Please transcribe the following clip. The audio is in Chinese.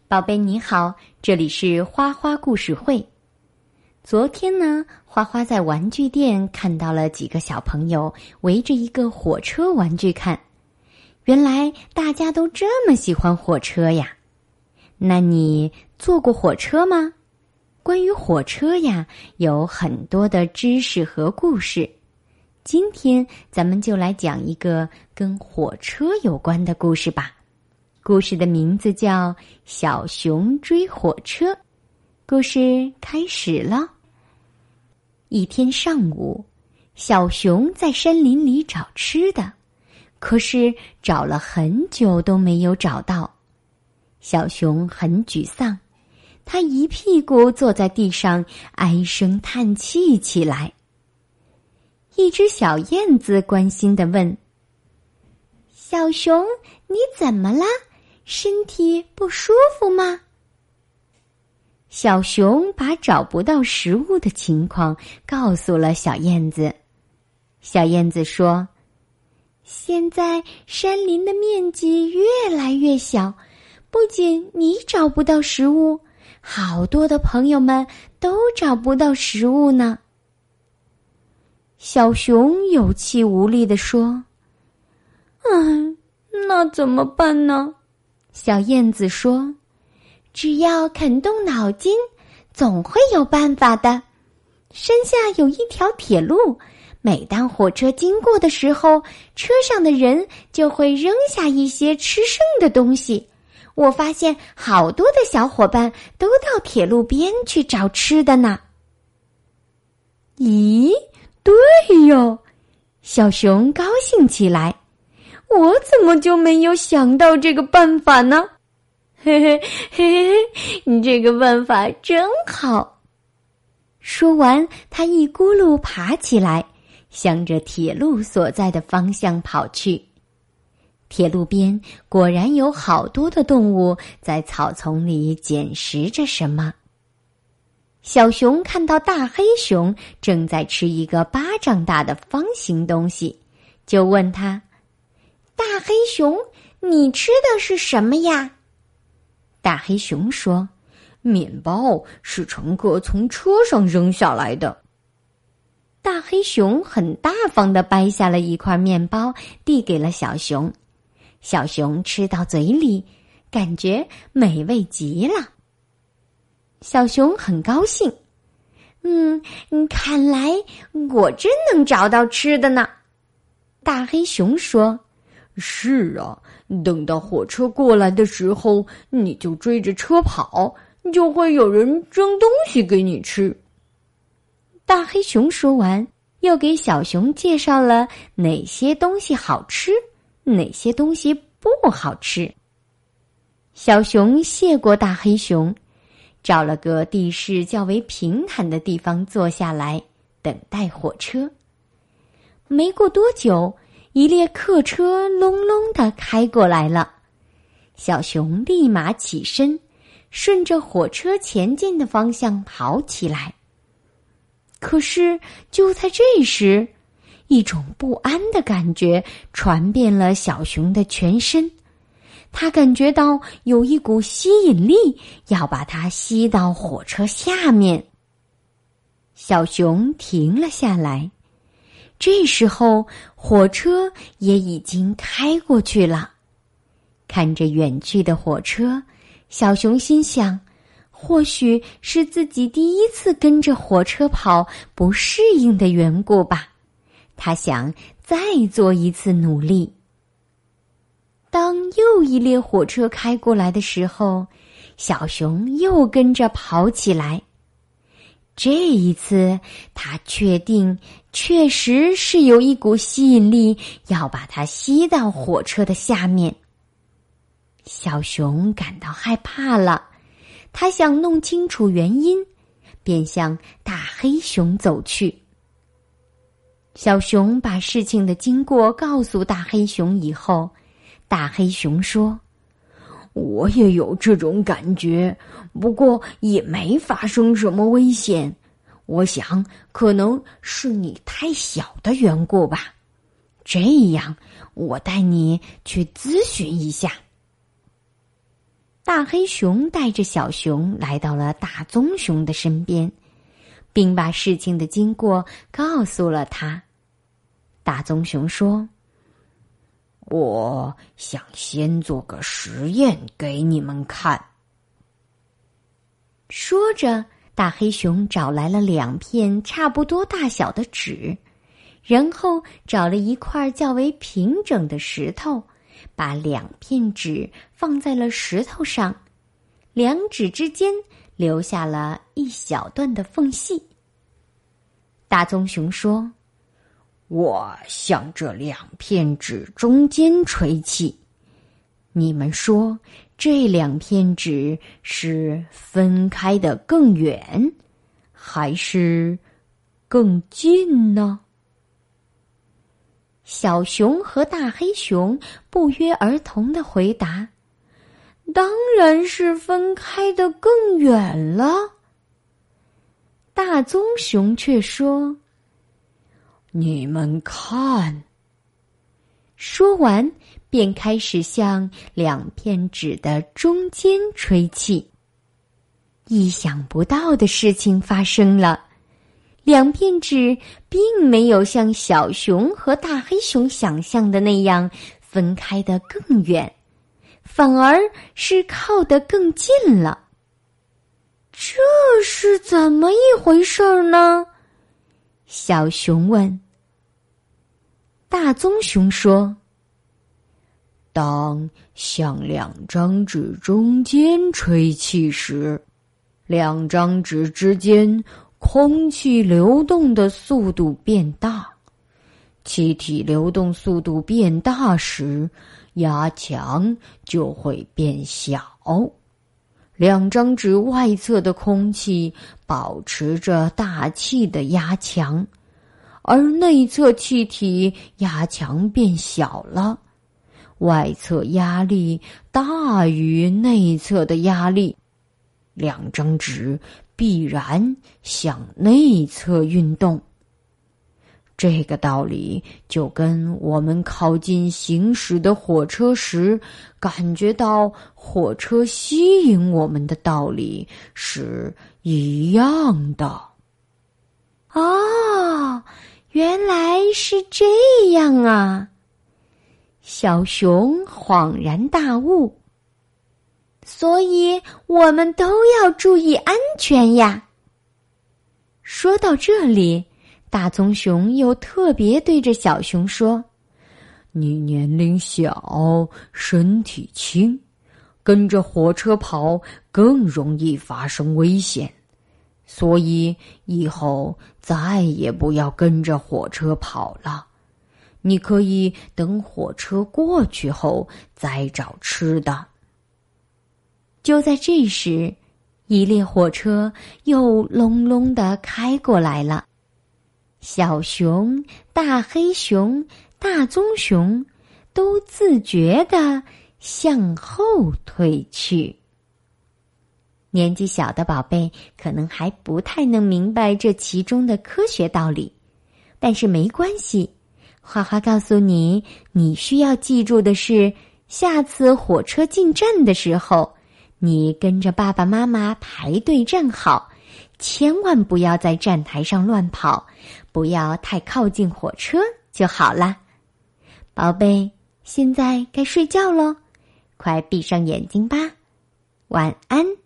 宝贝你好，这里是花花故事会。昨天呢，花花在玩具店看到了几个小朋友围着一个火车玩具看，原来大家都这么喜欢火车呀。那你坐过火车吗？关于火车呀，有很多的知识和故事。今天咱们就来讲一个跟火车有关的故事吧。故事的名字叫《小熊追火车》。故事开始了。一天上午，小熊在山林里找吃的，可是找了很久都没有找到。小熊很沮丧，他一屁股坐在地上，唉声叹气起来。一只小燕子关心地问：“小熊，你怎么了？身体不舒服吗？”小熊把找不到食物的情况告诉了小燕子。小燕子说：“现在山林的面积越来越小，不仅你找不到食物，好多的朋友们都找不到食物呢。”小熊有气无力地说：“那怎么办呢？”小燕子说：“只要肯动脑筋，总会有办法的。山下有一条铁路，每当火车经过的时候，车上的人就会扔下一些吃剩的东西。我发现好多的小伙伴都到铁路边去找吃的呢。”咦，对哟，小熊高兴起来。我怎么就没有想到这个办法呢？嘿嘿嘿嘿，你这个办法真好。说完，他一咕噜爬起来，向着铁路所在的方向跑去。铁路边果然有好多的动物在草丛里捡拾着什么。小熊看到大黑熊正在吃一个巴掌大的方形东西，就问他：“大黑熊，你吃的是什么呀？”大黑熊说：“面包，是乘客从车上扔下来的。”大黑熊很大方地掰下了一块面包，递给了小熊。小熊吃到嘴里，感觉美味极了。小熊很高兴，看来我真能找到吃的呢。大黑熊说：“是啊，等到火车过来的时候，你就追着车跑，就会有人扔东西给你吃。”大黑熊说完，又给小熊介绍了哪些东西好吃，哪些东西不好吃。小熊谢过大黑熊，找了个地势较为平坦的地方坐下来，等待火车。没过多久，一列客车隆隆地开过来了。小熊立马起身，顺着火车前进的方向跑起来。可是就在这时，一种不安的感觉传遍了小熊的全身。他感觉到有一股吸引力要把它吸到火车下面。小熊停了下来。这时候，火车也已经开过去了。看着远去的火车，小熊心想，或许是自己第一次跟着火车跑，不适应的缘故吧。他想再做一次努力。当又一列火车开过来的时候，小熊又跟着跑起来。这一次，他确定确实是有一股吸引力要把它吸到火车的下面。小熊感到害怕了，他想弄清楚原因，便向大黑熊走去。小熊把事情的经过告诉大黑熊以后，大黑熊说：“我也有这种感觉，不过也没发生什么危险。我想可能是你太小的缘故吧。这样，我带你去咨询一下。” 大黑熊带着小熊来到了大棕熊的身边，并把事情的经过告诉了他。大棕熊说：“我想先做个实验给你们看。”说着，大黑熊找来了2片差不多大小的纸，然后找了一块较为平整的石头，把2片纸放在了石头上，2指之间留下了一小段的缝隙。大棕熊说：“我向这2片纸中间吹气，你们说这2片纸是分开的更远，还是更近呢？”小熊和大黑熊不约而同地回答：“当然是分开的更远了。”大棕熊却说：“你们看。”说完，便开始向2片纸的中间吹气。意想不到的事情发生了，2片纸并没有像小熊和大黑熊想象的那样分开得更远，反而是靠得更近了。这是怎么一回事呢？小熊问。大棕熊说：“当向2张纸中间吹气时，2张纸之间空气流动的速度变大，气体流动速度变大时，压强就会变小。2张纸外侧的空气保持着大气的压强，而内侧气体压强变小了，外侧压力大于内侧的压力，2张纸必然向内侧运动。这个道理就跟我们靠近行驶的火车时，感觉到火车吸引我们的道理是一样的。”哦，原来是这样啊！小熊恍然大悟。所以我们都要注意安全呀。说到这里，大棕熊又特别对着小熊说：“你年龄小，身体轻，跟着火车跑更容易发生危险，所以以后再也不要跟着火车跑了。你可以等火车过去后再找吃的。”就在这时，一列火车又隆隆地开过来了。小熊、大黑熊、大棕熊都自觉地向后退去。年纪小的宝贝可能还不太能明白这其中的科学道理，但是没关系，花花告诉你，你需要记住的是，下次火车进站的时候，你跟着爸爸妈妈排队站好，千万不要在站台上乱跑，不要太靠近火车就好了。宝贝，现在该睡觉咯，快闭上眼睛吧，晚安。